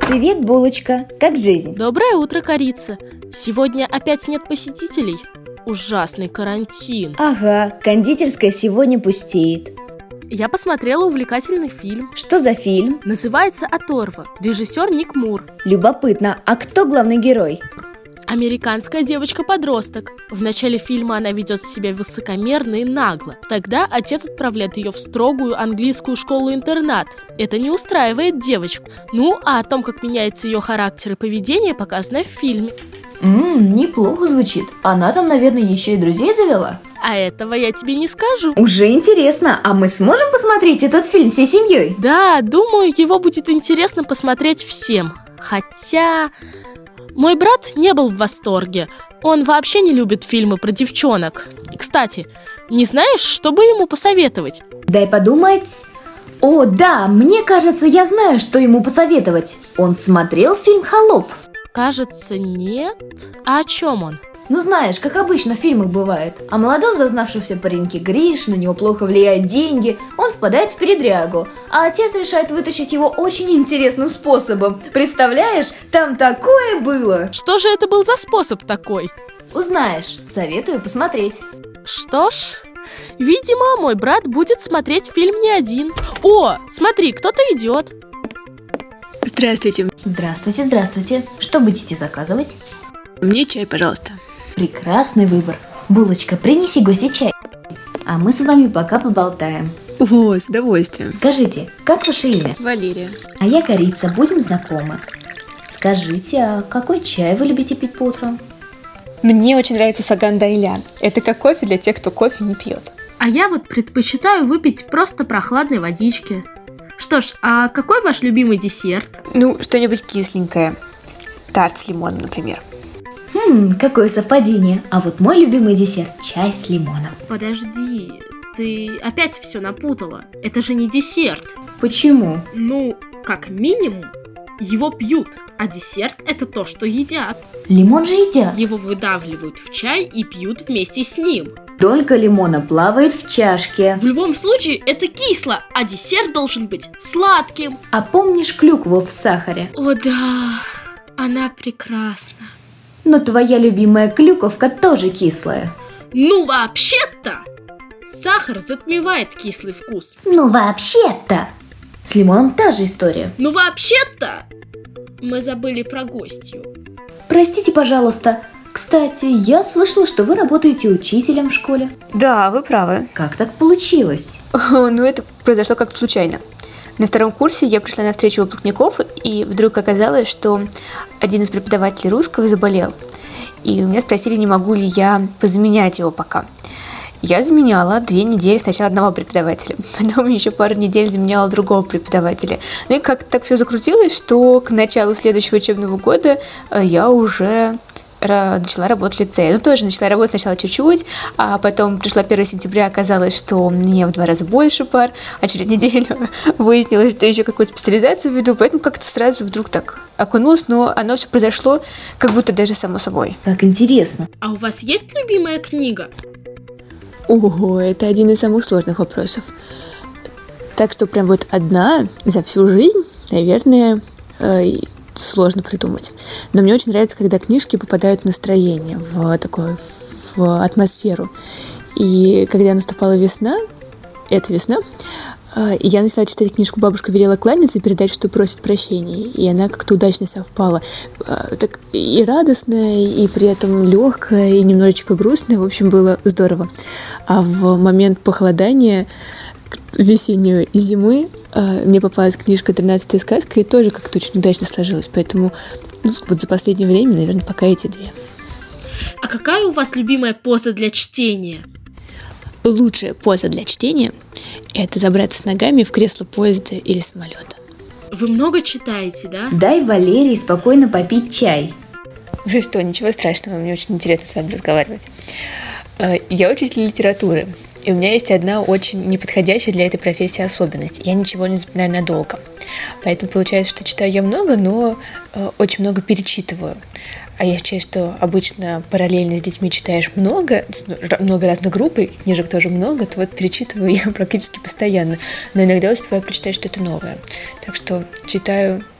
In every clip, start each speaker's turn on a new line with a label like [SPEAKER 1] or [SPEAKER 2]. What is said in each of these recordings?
[SPEAKER 1] Привет, булочка. Как жизнь?
[SPEAKER 2] Доброе утро, корица. Сегодня опять нет посетителей? Ужасный карантин.
[SPEAKER 1] Ага, кондитерская сегодня пустеет.
[SPEAKER 2] Я посмотрела увлекательный фильм.
[SPEAKER 1] Что за фильм?
[SPEAKER 2] Называется «Оторва». Режиссер Ник Мур.
[SPEAKER 1] Любопытно, а кто главный герой?
[SPEAKER 2] Американская девочка-подросток. В начале фильма она ведет себя высокомерно и нагло. Тогда отец отправляет ее в строгую английскую школу-интернат. Это не устраивает девочку. Ну, а о том, как меняется ее характер и поведение, показано в фильме.
[SPEAKER 1] Неплохо звучит. Она там, наверное, еще и друзей завела?
[SPEAKER 2] А этого я тебе не скажу.
[SPEAKER 1] Уже интересно, а мы сможем посмотреть этот фильм всей семьей?
[SPEAKER 2] Да, думаю, его будет интересно посмотреть всем. Хотя... Мой брат не был в восторге. Он вообще не любит фильмы про девчонок. Кстати, не знаешь, что бы ему посоветовать?
[SPEAKER 1] Дай подумать. О, да, мне кажется, я знаю, что ему посоветовать. Он смотрел фильм «Холоп».
[SPEAKER 2] Кажется, нет. А о чем он?
[SPEAKER 1] Ну знаешь, как обычно в фильмах бывает. О молодом зазнавшемся пареньке Грише, на него плохо влияют деньги, он впадает в передрягу, а отец решает вытащить его очень интересным способом. Представляешь, там такое было!
[SPEAKER 2] Что же это был за способ такой?
[SPEAKER 1] Узнаешь, советую посмотреть.
[SPEAKER 2] Что ж, видимо, мой брат будет смотреть фильм не один. О, смотри, кто-то идет.
[SPEAKER 3] Здравствуйте.
[SPEAKER 1] Здравствуйте, здравствуйте. Что будете заказывать?
[SPEAKER 3] Мне чай, пожалуйста.
[SPEAKER 1] Прекрасный выбор. Булочка, принеси гости чай. А мы с вами пока поболтаем.
[SPEAKER 3] О, с удовольствием.
[SPEAKER 1] Скажите, как ваше имя?
[SPEAKER 3] Валерия.
[SPEAKER 1] А я Корица, будем знакомы. Скажите, а какой чай вы любите пить по утрам?
[SPEAKER 3] Мне очень нравится саган дайлян. Это как кофе для тех, кто кофе не пьет.
[SPEAKER 2] А я вот предпочитаю выпить просто прохладной водички. Что ж, а какой ваш любимый десерт?
[SPEAKER 3] Ну, что-нибудь кисленькое. Тарт с лимоном, например.
[SPEAKER 1] Какое совпадение. А вот мой любимый десерт – чай с лимоном.
[SPEAKER 2] Подожди, ты опять все напутала. Это же не десерт.
[SPEAKER 1] Почему?
[SPEAKER 2] Ну, как минимум, его пьют, а десерт – это то, что едят.
[SPEAKER 1] Лимон же едят.
[SPEAKER 2] Его выдавливают в чай и пьют вместе с ним.
[SPEAKER 1] Только лимона плавает в чашке.
[SPEAKER 2] В любом случае, это кисло, а десерт должен быть сладким.
[SPEAKER 1] А помнишь клюкву в сахаре?
[SPEAKER 2] О да, она прекрасна.
[SPEAKER 1] Но твоя любимая клюковка тоже кислая.
[SPEAKER 2] Ну, вообще-то, сахар затмевает кислый вкус.
[SPEAKER 1] Ну, вообще-то. С лимоном та же история.
[SPEAKER 2] Ну, вообще-то, мы забыли про гостью.
[SPEAKER 1] Простите, пожалуйста. Кстати, я слышала, что вы работаете учителем в школе.
[SPEAKER 3] Да, вы правы.
[SPEAKER 1] Как так получилось?
[SPEAKER 3] Ну, это произошло как-то случайно. На втором курсе я пришла на встречу выпускников, и вдруг оказалось, что один из преподавателей русского заболел. И у меня спросили, не могу ли я позаменять его пока. Я заменяла 2 недели сначала одного преподавателя, потом еще пару недель заменяла другого преподавателя. Ну и как-то так все закрутилось, что к началу следующего учебного года я уже начала работать в лицее. Ну, тоже начала работать сначала чуть-чуть, а потом пришло 1 сентября, оказалось, что у меня в 2 раза больше пар, а через неделю выяснилось, что еще какую-то специализацию веду, поэтому как-то сразу вдруг так окунулась, но оно все произошло как будто даже само собой.
[SPEAKER 1] Как интересно.
[SPEAKER 2] А у вас есть любимая книга?
[SPEAKER 3] Ого, это один из самых сложных вопросов. Так что прям вот одна за всю жизнь, наверное, сложно придумать. Но мне очень нравится, когда книжки попадают в настроение, в атмосферу. И когда наступала весна, я начала читать книжку «Бабушка велела кланяться» и передать, что просит прощения. И она как-то удачно совпала. Так и радостная, и при этом легкая, и немножечко грустная. В общем, было здорово. А в момент похолодания весеннюю зимы мне попалась книжка «13-я сказка», и тоже как-то очень удачно сложилось. Поэтому вот за последнее время, наверное, пока эти 2.
[SPEAKER 2] А какая у вас любимая поза для чтения?
[SPEAKER 3] Лучшая поза для чтения – это забраться ногами в кресло поезда или самолета.
[SPEAKER 2] Вы много читаете, да?
[SPEAKER 1] Дай Валерии спокойно попить чай.
[SPEAKER 3] Вы что, ничего страшного, мне очень интересно с вами разговаривать. Я учитель литературы, и у меня есть одна очень неподходящая для этой профессии особенность. Я ничего не запоминаю надолго. Поэтому получается, что читаю я много, но очень много перечитываю. А я считаю, что обычно параллельно с детьми читаешь много разных групп, и книжек тоже много, то вот перечитываю я практически постоянно. Но иногда успеваю прочитать что-то новое. Так что читаю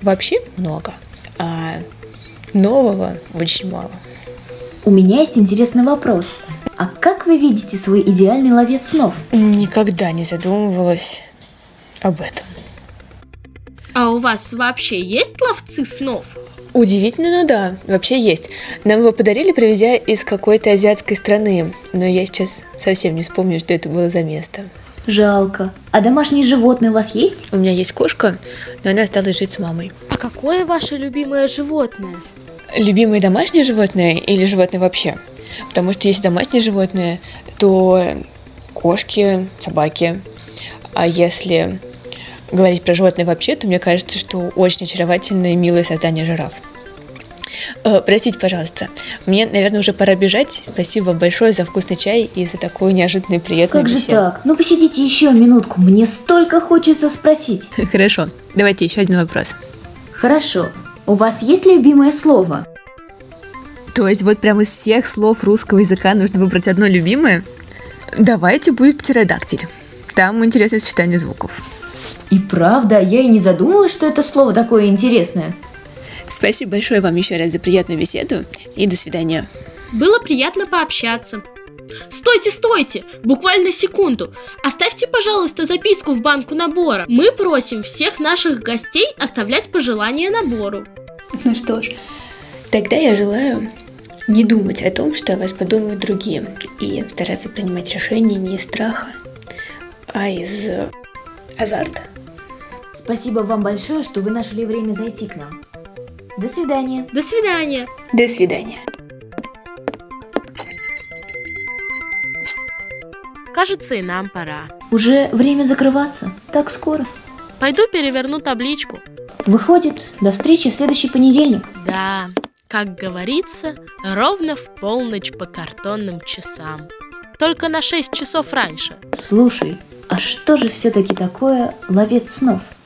[SPEAKER 3] вообще много, а нового очень мало.
[SPEAKER 1] У меня есть интересный вопрос. А как вы видите свой идеальный ловец снов?
[SPEAKER 3] Никогда не задумывалась об этом.
[SPEAKER 2] А у вас вообще есть ловцы снов?
[SPEAKER 3] Удивительно, но да, вообще есть. Нам его подарили, привезя из какой-то азиатской страны, но я сейчас совсем не вспомню, что это было за место.
[SPEAKER 1] Жалко. А домашние животные у вас есть?
[SPEAKER 3] У меня есть кошка, но она осталась жить с мамой.
[SPEAKER 2] А какое ваше любимое животное?
[SPEAKER 3] Любимое домашнее животное или животное вообще? Потому что если домашнее животное, то кошки, собаки. А если говорить про животное вообще, то мне кажется, что очень очаровательное и милое создание жираф. Простите, пожалуйста, мне, наверное, уже пора бежать. Спасибо вам большое за вкусный чай и за такую неожиданную приятную беседу.
[SPEAKER 1] Как же так? Ну посидите еще минутку, мне столько хочется спросить.
[SPEAKER 3] Хорошо, давайте еще один вопрос.
[SPEAKER 1] Хорошо. У вас есть любимое слово?
[SPEAKER 3] То есть вот прям из всех слов русского языка нужно выбрать одно любимое? Давайте будет птеродактиль. Там интересное сочетание звуков.
[SPEAKER 1] И правда, я и не задумывалась, что это слово такое интересное.
[SPEAKER 3] Спасибо большое вам еще раз за приятную беседу и до свидания.
[SPEAKER 2] Было приятно пообщаться. Стойте, стойте! Буквально секунду. Оставьте, пожалуйста, записку в банку набора. Мы просим всех наших гостей оставлять пожелания набору.
[SPEAKER 3] Ну что ж, тогда я желаю не думать о том, что о вас подумают другие, и стараться принимать решения не из страха, а из азарта.
[SPEAKER 1] Спасибо вам большое, что вы нашли время зайти к нам. До свидания.
[SPEAKER 2] До свидания.
[SPEAKER 3] До свидания.
[SPEAKER 2] Кажется, и нам пора.
[SPEAKER 1] Уже время закрываться. Так скоро.
[SPEAKER 2] Пойду переверну табличку.
[SPEAKER 1] Выходит, до встречи в следующий понедельник.
[SPEAKER 2] Да, как говорится, ровно в полночь по картонным часам. Только на 6 часов раньше.
[SPEAKER 1] Слушай, а что же все-таки такое ловец снов?